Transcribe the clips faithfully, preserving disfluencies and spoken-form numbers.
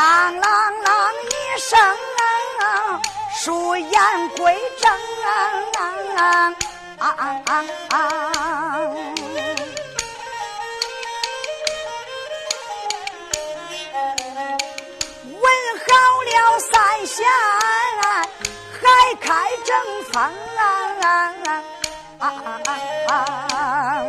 当啷啷一声，书言归正。啊啊啊啊问好了三弦，还开正风。啊啊啊啊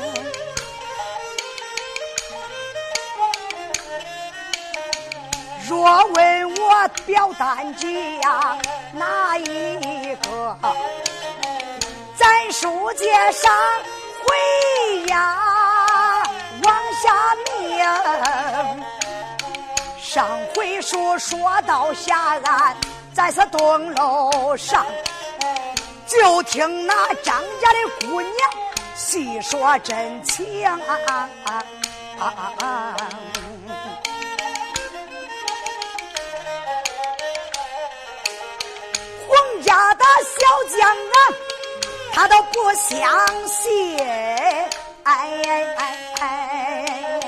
若问我表单家哪一个，在书节上回呀往下命。上回书说到下岸，在是东楼上，就听那张家的姑娘细说真情。啊啊啊啊洪家的小将啊，他都不相信。哎哎哎哎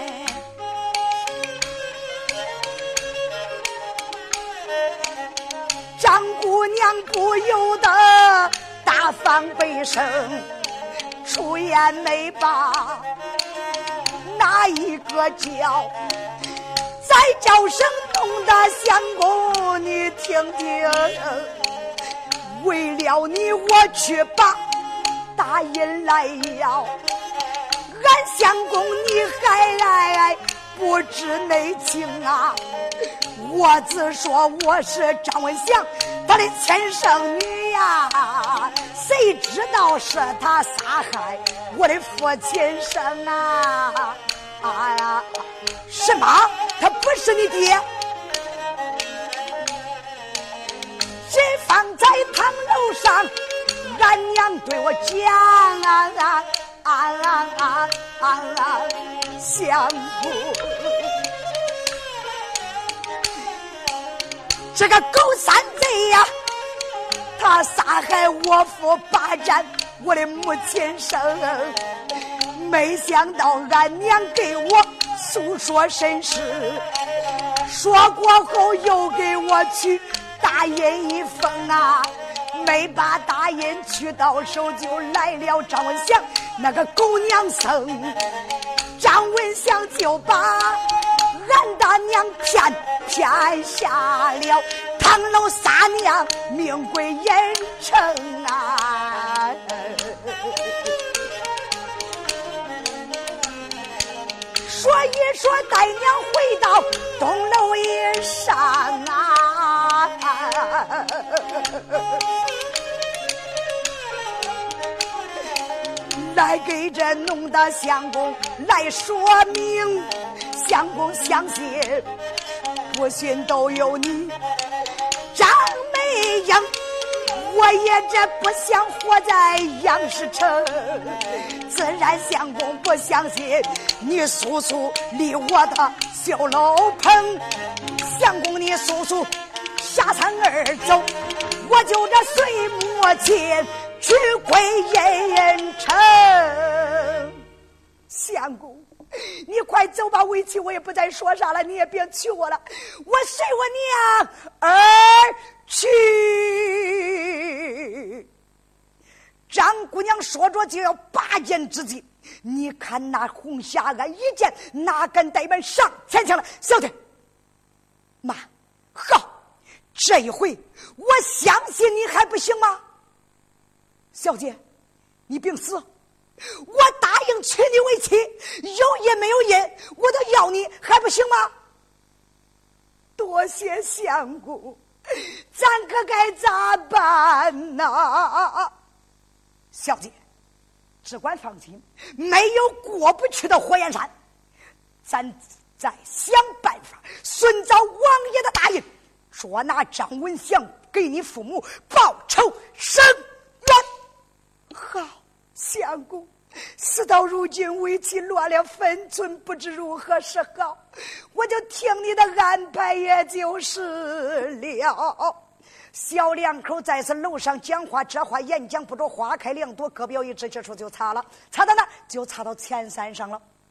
张姑娘不由得大放悲声，出言没把哪一个叫，再叫声弄得相公你听听，为了你我去把大银来要，俺相公你还来不知内情啊！我只说我是张文祥他的亲生女呀，谁知道是他杀害我的父亲生啊！啊呀，什么？他不是你爹？谁放在堂楼上？俺娘对我讲啊啊啊啊啊啊！相公，这个狗三贼呀，他杀害我父，霸占我的母亲生。没想到俺娘给我诉说身世，说过后又给我取大印一封啊，没把大印取到手，就来了张文祥那个狗娘生。张文祥就把俺大娘骗骗下了堂楼撒娘，命归严城啊！说一说带娘回到东楼以上啊，来给这弄的相公来说明，相公相信不信都有你张美英，我也这不想活在杨氏城，自然相公不相信你叔叔离我的小楼棚，相公你叔叔下山而走，我就这随母亲去归阴城。相公你快走吧，为妻我也不再说啥了，你也别娶我了，我随我娘而去。张姑娘说着就要拔剑之际，你看那红霞安一见哪敢怠慢，上前抢了。小姐妈，好，这一回我相信你还不行吗？小姐你病死，我答应娶你为妻，有因没有因我都要你，还不行吗？多谢相公，咱可该咋办呢？小姐只管放心，没有过不去的火焰山，咱再想办法寻找王爷的大印，捉拿张文祥，给你父母报仇伸冤。好，相公，事到如今为妻乱了分寸，不知如何是好，我就听你的安排也就是了。小两口在此楼上讲话，这话演讲不着，花开两朵，各表一枝，这处就擦了，擦到哪就擦到前山上了。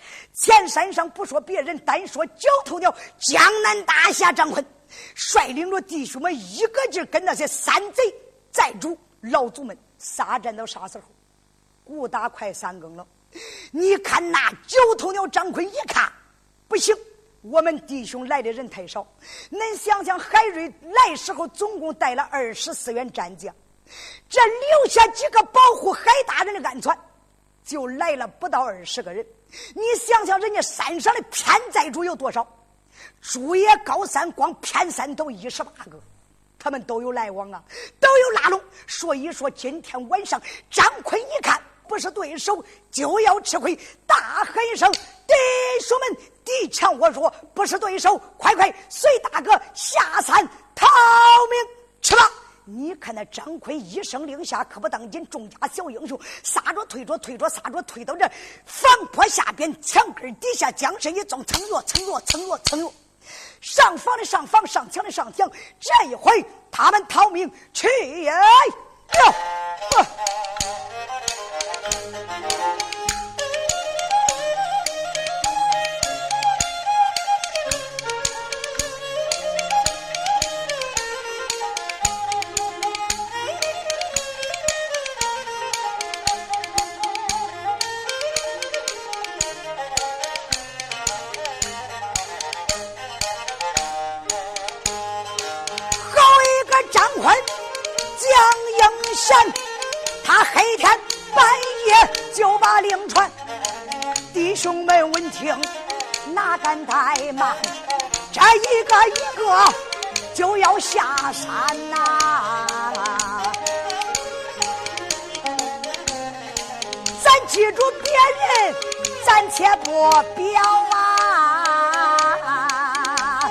前山上不说别人，单说九头鸟江南大侠张坤，率领着弟兄们一个劲跟那些山贼寨主老祖们杀战到啥时候？鼓打快三更了。你看那九头鸟张坤一看不行，我们弟兄来的人太少。恁想想海瑞来时候总共带了二十四员战将，这留下几个保护海大人的安全就来了不到二十个人。你想想人家山上的偏寨主有多少？朱野高山光偏山都一十八个，他们都有来往啊，都有拉拢。所以说今天晚上张坤一看不是对手，就要吃亏，大喊一声：弟兄们，敌强我弱，不是对手，快快随大哥下山逃命去吧！你看那张坤一声令下，可不当今众家小英雄，撒着推着推着撒着推到这房坡下边墙根底下，将身一纵，蹭落蹭落蹭落蹭落，上房的上房，上墙的上墙。这一回他们逃命去呀！哟、啊他黑天半夜就把令传，弟兄们闻听哪敢怠慢，这一个一个就要下山呐、啊！咱记住别人，咱且不表啊！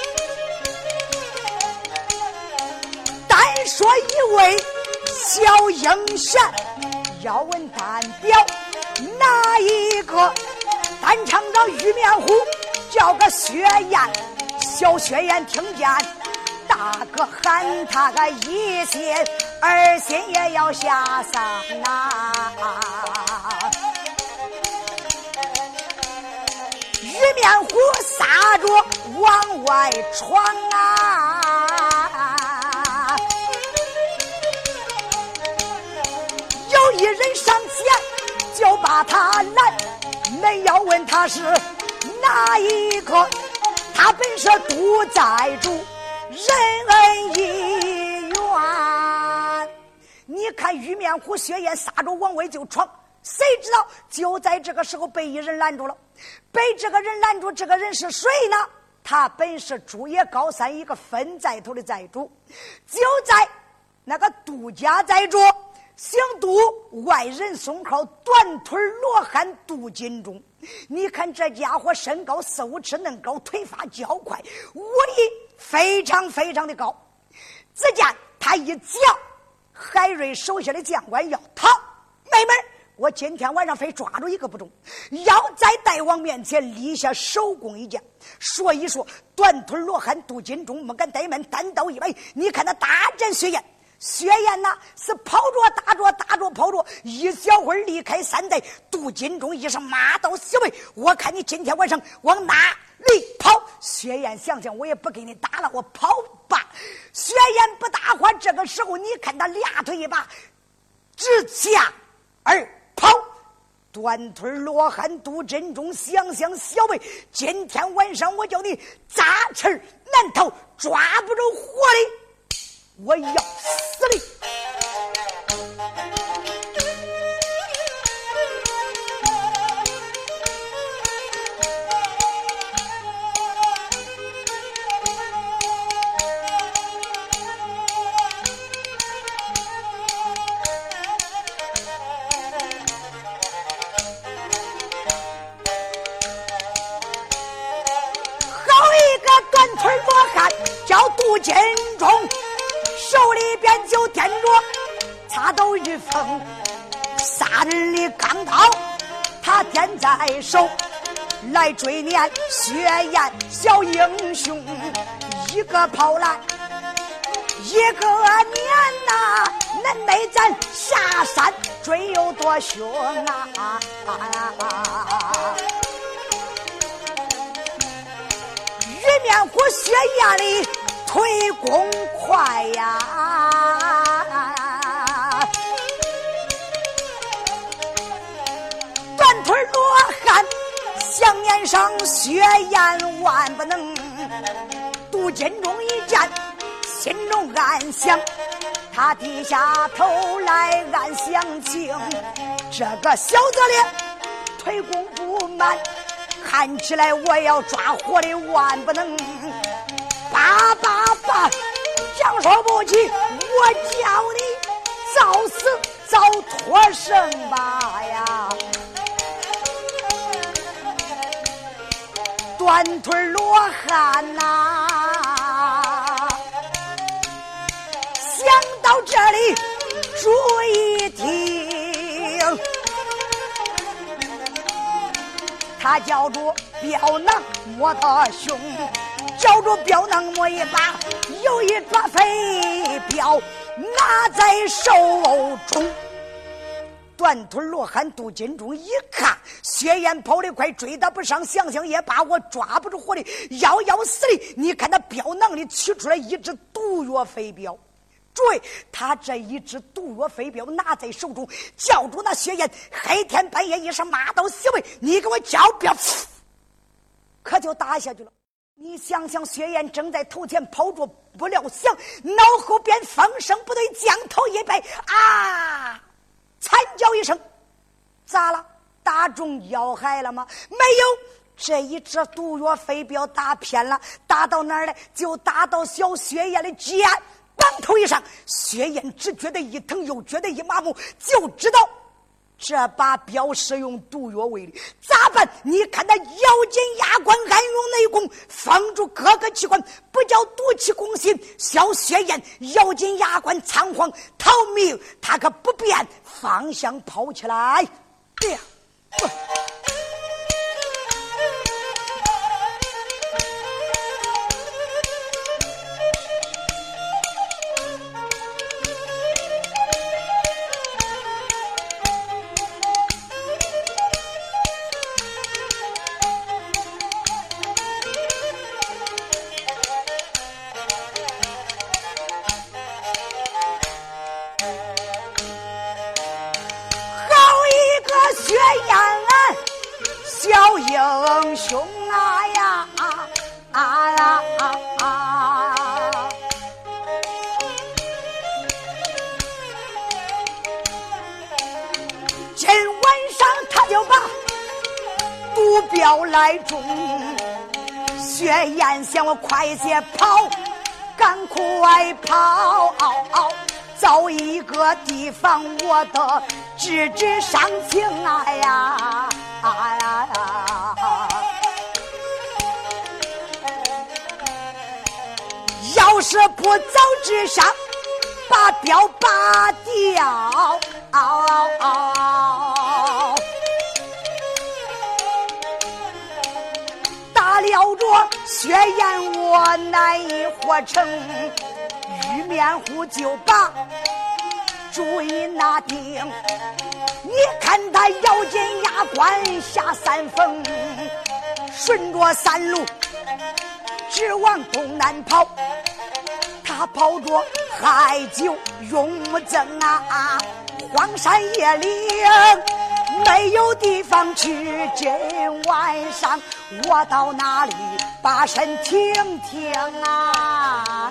单说一位小英雄，要问单表哪一个？单唱着玉面虎，叫个薛燕。小薛燕听见大哥喊他个一心二心也要下山呐、啊！玉面虎撒着往外闯啊！有一人上前就把他拦，没要问他是哪一个，他本是独寨主，仁恩义缘。你看玉面虎薛燕撒着往外就闯，谁知道就在这个时候被一人拦住了。被这个人拦住，这个人是谁呢？他本是朱野高山一个分寨头的寨主，就在那个杜家寨主姓杜，外人送号短腿罗汉杜金钟。你看这家伙身高四五尺嫩高，腿发较快，武艺非常非常的高。只见他一叫，海瑞手下的将官要逃，妹妹我今天晚上非抓住一个不中，要在大王面前立下首功一件。说一说短腿罗汉杜金钟没敢怠慢，单刀一摆，你看他大战薛燕，薛燕呐是跑着打着打着跑着，一小会儿离开山寨。杜金钟一声骂道：小辈，我看你今天晚上往哪里跑？薛燕想想，我也不给你打了，我跑吧。薛燕不打话，这个时候你看他俩腿一把直下而跑。短腿罗汉杜真中想想，小辈，今天晚上我叫你扎刺难逃，抓不着活的我要死你！叫杜金钟，手里边就掂着插斗一锋，杀人的钢刀他掂在手，来追撵薛燕小英雄。一个跑来一个撵呐、啊，恁没咱下山追有多凶啊！ 面虎血压里推功快呀，断腿罗汉香烟上血焰万不能，杜金中一见心中暗想，他低下头来暗想情，这个小子哩腿功不慢，看起来我要抓活的万不能，叭叭叭，讲说不起，我叫你早死早脱生吧呀！断腿罗汉呐、啊，想到这里注意听，他叫住镖囊摸的胸，叫住镖囊摸一把，有一抓飞镖拿在手中。断腿罗汉杜金中一看，血焰跑得快，追得不上，想想也罢，我抓不住火力，要要死的。你看那镖囊里取出来一只毒药飞镖，注意，他这一只毒药飞镖拿在手中，叫住那血焰，黑天半夜一声骂到小卫，你给我交镖，可就打下去了。你想想，血焰正在头前跑着，不料想脑后边风声不对，将头一背啊！惨叫一声，咋了？打中要害了吗？没有，这一只毒药飞镖打偏了，打到哪儿了？就打到小血焰的肩，梆头一上，血焰只觉得一疼，又觉得一麻木，就知道这把镖是用毒药为的，咋办？你看他咬紧牙关，暗用内功，封住各个器官，不叫毒气攻心。小血焰咬紧牙关，仓皇逃命，他可不变方向跑起来。对呀、呃小英雄啊呀啊啊啊啊！今晚上他就把毒镖来中，血焰想我快些跑，赶快跑！找一个地方，我的直直上情啊呀！啊呀呀！要是不早之上，把镖拔掉，打了着血焰，我难以活成。玉面虎就把主意拿定，你看他咬紧牙关下三峰，顺着山路直往东南跑，他跑着海酒永增啊，荒山野岭没有地方去，今晚上我到哪里把身听听啊？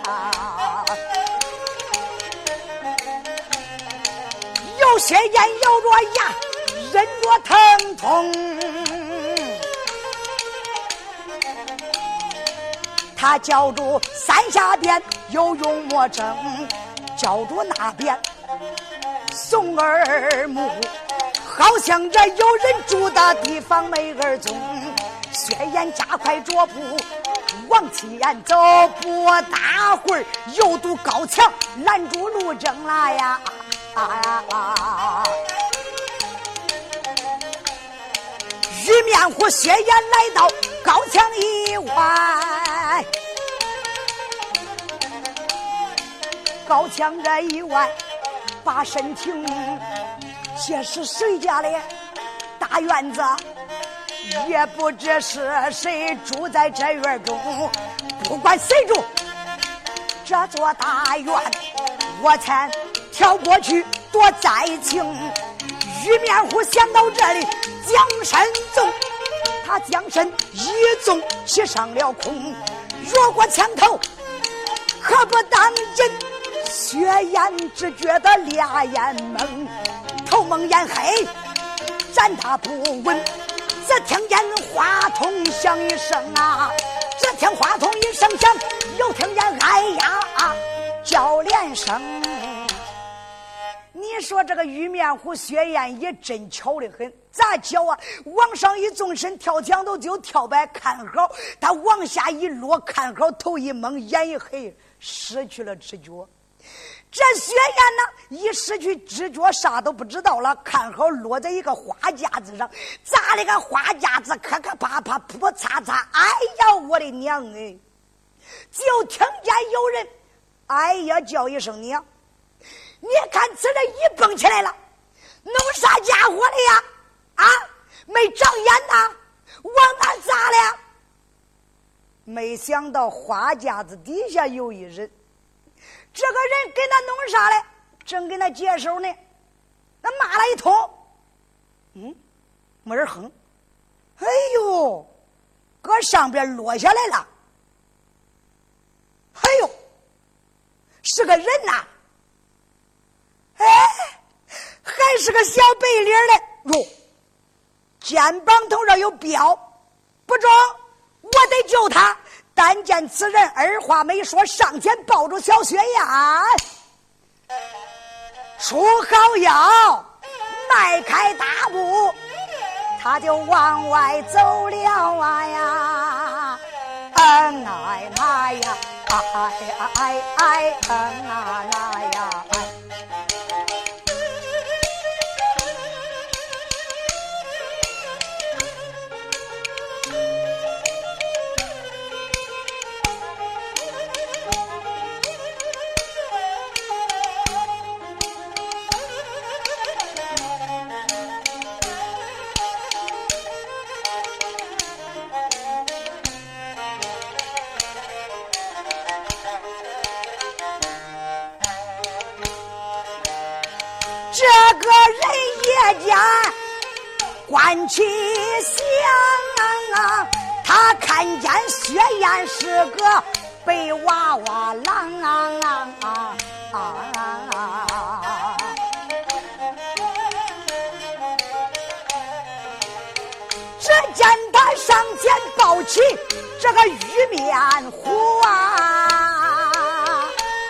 有些眼咬着牙，忍着疼痛，他叫住山下边有用魔怔，叫住那边松耳目，好像这有人住的地方没耳踪。薛燕加快脚步往前走，不大会儿又堵高墙拦住路正了呀！啊啊！玉面虎薛燕来到高墙以外，高墙这以外把身停，这是谁家的大院子？ 也不知是谁住在这院中，不管谁住这座大院，我才跳过去多灾情。玉面虎想到这里，将身纵，他将身一纵，起上了空，越过墙头，可不当真。血眼只觉得俩眼蒙，头蒙眼黑，站他不稳。只听见话筒响一声啊，只听话筒一声响，又听见哎呀叫连声。你说这个玉面虎血燕也真巧得很，咋巧啊？往上一纵身跳墙头就跳摆，看好他往下一落，看好头一蒙，眼一黑，失去了知觉。这血燕呢，一失去知觉，啥都不知道了。看好落在一个花架子上，砸了个花架子，磕磕啪啪，噗嚓嚓，哎呀，我的娘哎！就听见有人哎呀叫一声娘。你看此人一蹦起来了，弄啥家伙的呀？啊，没长眼呐，往哪砸了呀？没想到花架子底下有一人，这个人给他弄啥嘞？正跟他接手呢，那骂了一通，嗯，没人哼，哎呦，搁上边落下来了，哎呦，是个人呐、啊！哎，还是个小白脸的哟，肩膀头上有标，不中，我得救他。但见此人二话没说，上前抱住小雪燕，出好腰，迈开大步，他就往外走了啊呀！嗯哎妈呀，哎哎哎哎，嗯啊那呀！这个人夜间观其相啊，他看见雪燕是个白娃娃郎啊啊啊！只见他上前抱起这个玉面虎啊，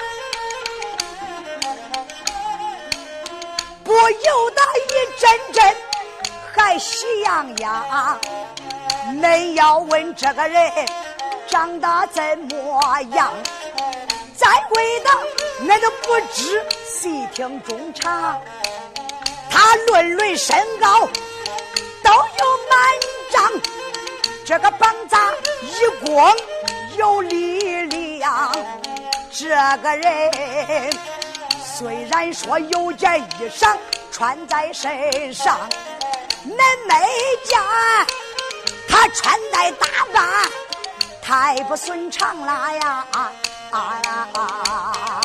不由得一阵阵还喜洋洋。恁要问这个人长得怎么样，再贵的那都不知，细听中长。他论论身高都有满丈，这个膀子一光有力量。这个人虽然说有件衣裳穿在身上，恁没见他穿戴打扮太不顺畅了呀！啊啊啊！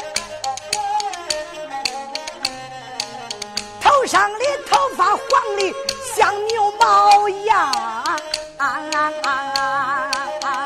头上的头发黄的像牛毛一样，啊啊啊啊！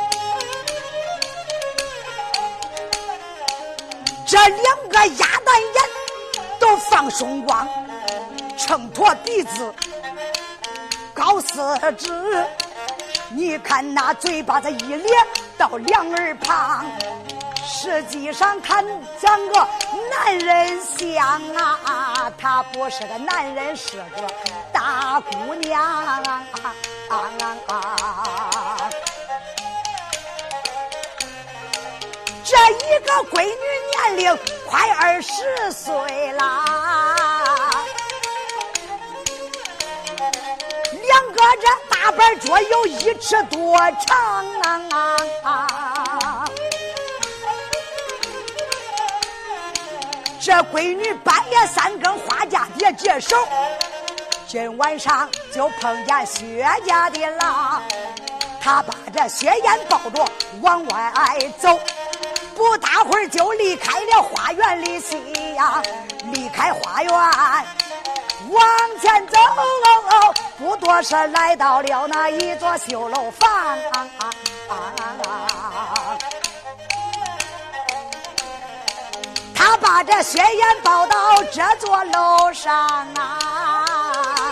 这两个鸭蛋眼都放凶光，秤砣鼻子高四指，你看那嘴巴子一咧到两耳旁，实际上看像个男人像啊，他不是个男人，是个大姑娘啊啊啊！这一个闺女年龄快二十岁啦，两个这大板桌有一尺多长啊！这闺女半夜三更花架底下接手， 今晚上就碰见薛家的狼，他把这薛燕抱着往外走，不大会儿就离开了花园里西呀，离开花园往前走，不多时来到了那一座绣楼房，他把这薛燕抱到这座楼上啊，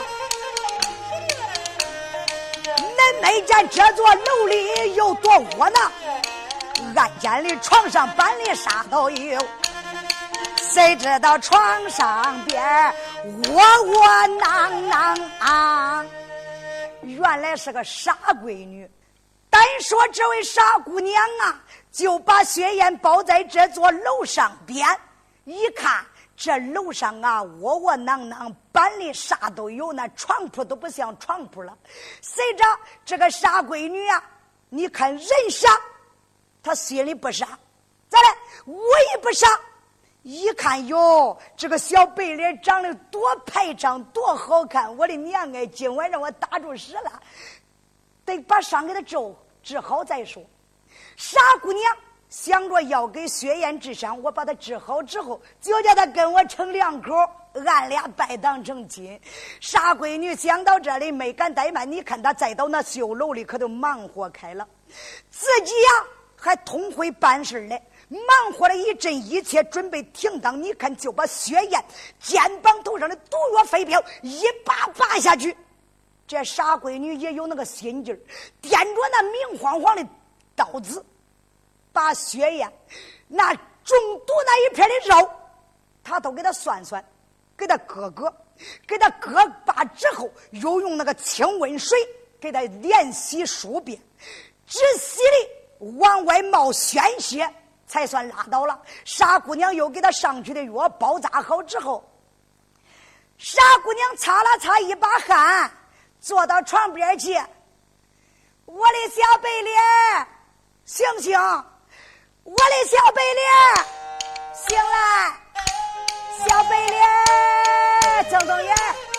恁没见这座楼里有多窝囊，暗间里床上搬的啥都有，谁知道床上边窝窝囊囊啊，原来是个傻闺女。单说这位傻姑娘啊，就把薛燕抱在这座楼上边，一看这楼上啊窝窝囊囊，搬的啥都有，那床铺都不像床铺了。谁知这个傻闺女啊，你看人傻，她心里不傻，再来我也不傻，一看哟，这个小白脸长得多排场多好看，我的娘哎，今晚让我打住屎了，得把伤给他治治好再说。傻姑娘想着要给薛燕治伤，我把她治好之后就叫她跟我成两口，俺俩拜当成亲。傻闺女想到这里没敢怠慢，你看她再到那绣楼里可都忙活开了，自己呀、啊、还通会办事来，忙活了一阵，一切准备停当，你看就把薛燕肩膀头上的毒药飞镖一把拔下去。这傻闺女也有那个心劲儿，掂着那明晃晃的刀子，把薛燕那中毒那一片的肉他都给他算算，给他割割，给他割罢之后又用那个清温水给他连洗数遍，只洗的往外冒鲜血才算拉倒了。傻姑娘又给他上去的药包扎好之后，傻姑娘擦了擦一把汗，坐到床边去，我的小白脸醒醒，我的小白脸醒来，小白脸睁睁眼。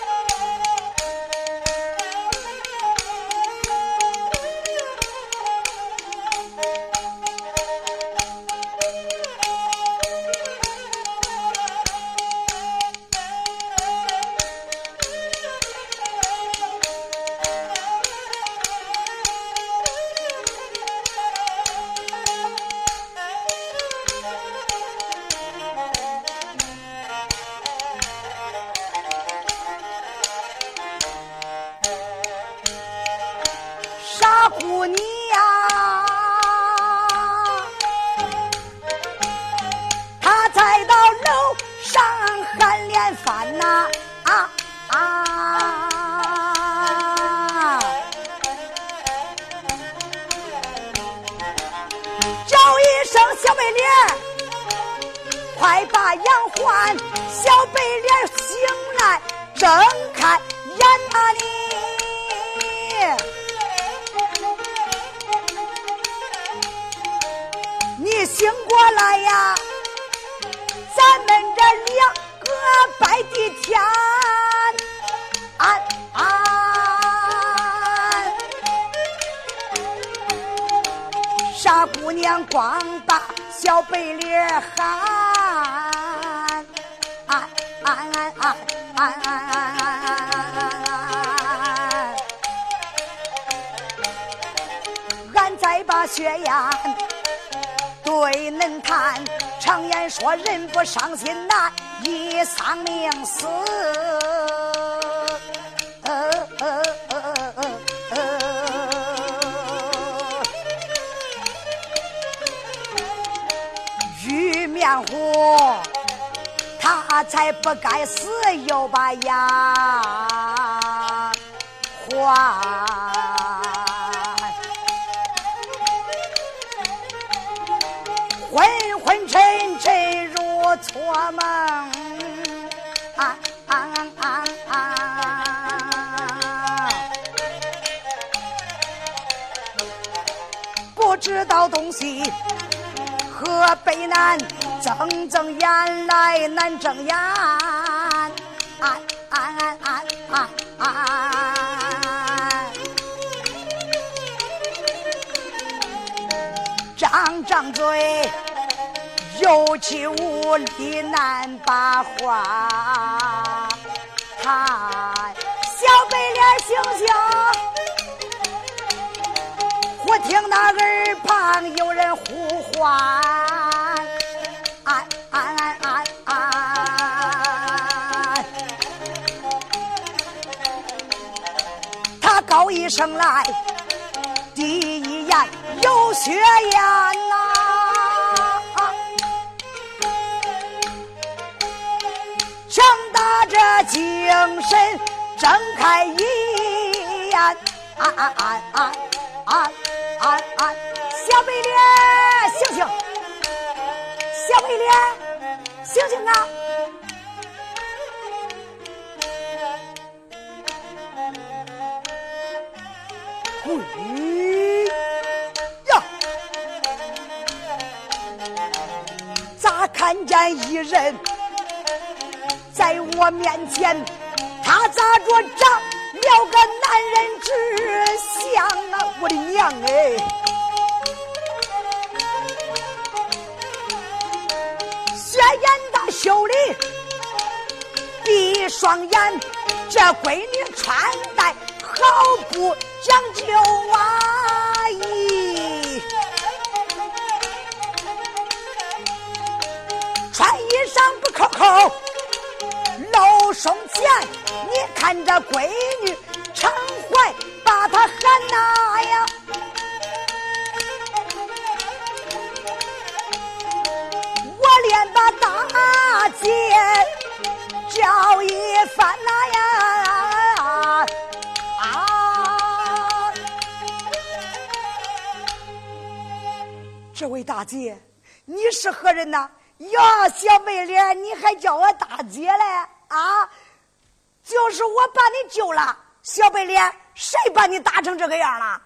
快把杨环小白脸醒来，睁开眼啊你，你醒过来呀，咱们这两个拜地天安安。傻姑娘光把小白脸喊安安安安安安安，俺再把薛燕对恁谈，常言说人不伤心难以丧命死，呃呃呃呃玉面虎他才不该死，又把牙还昏昏沉沉如错梦啊啊啊啊，不知道东西河北南，睁睁眼来难睁眼，啊啊啊啊张张嘴，有气无力难把话。他小白脸醒醒，我听那耳旁有人呼唤，安安安安安。他高一声来，第一言有血言呐、啊，强打着精神睁开一眼，啊啊啊啊啊啊啊！小白脸醒醒，小白脸醒醒啊！喂呀！咋看见一人在我面前？他咋着长了个男人之相啊！我的娘哎！血眼大修理，闭双眼，这闺女穿戴毫不讲究啊！咦，穿衣裳不扣扣，露胸前，你看这闺女常怀把她喊哪呀？我连把大姐叫一番哪呀？啊！这位大姐，你是何人呐？呀，小白脸，你还叫我大姐嘞？啊，就是我把你救了，小白脸，谁把你打成这个样了？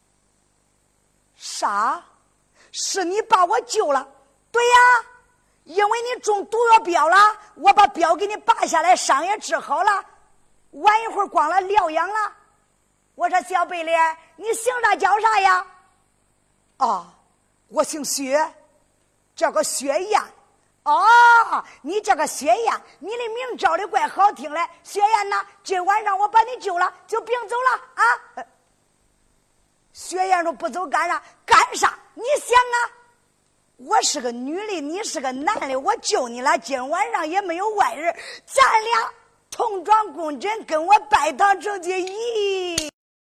啥？是你把我救了？对呀，因为你中毒药镖了，我把镖给你拔下来，伤也治好了，晚一会儿光了疗养了。我说小白脸，你姓啥叫啥呀？哦，我姓薛，叫个薛燕。哦，你这个薛燕，你的名叫的怪好听嘞。薛燕呐，今晚上我把你救了，就别走了啊。薛燕说不走干啥？干啥？你想啊，我是个女的，你是个男的，我救你了，今晚上也没有外人，咱俩同床共枕，跟我拜堂成亲。咦。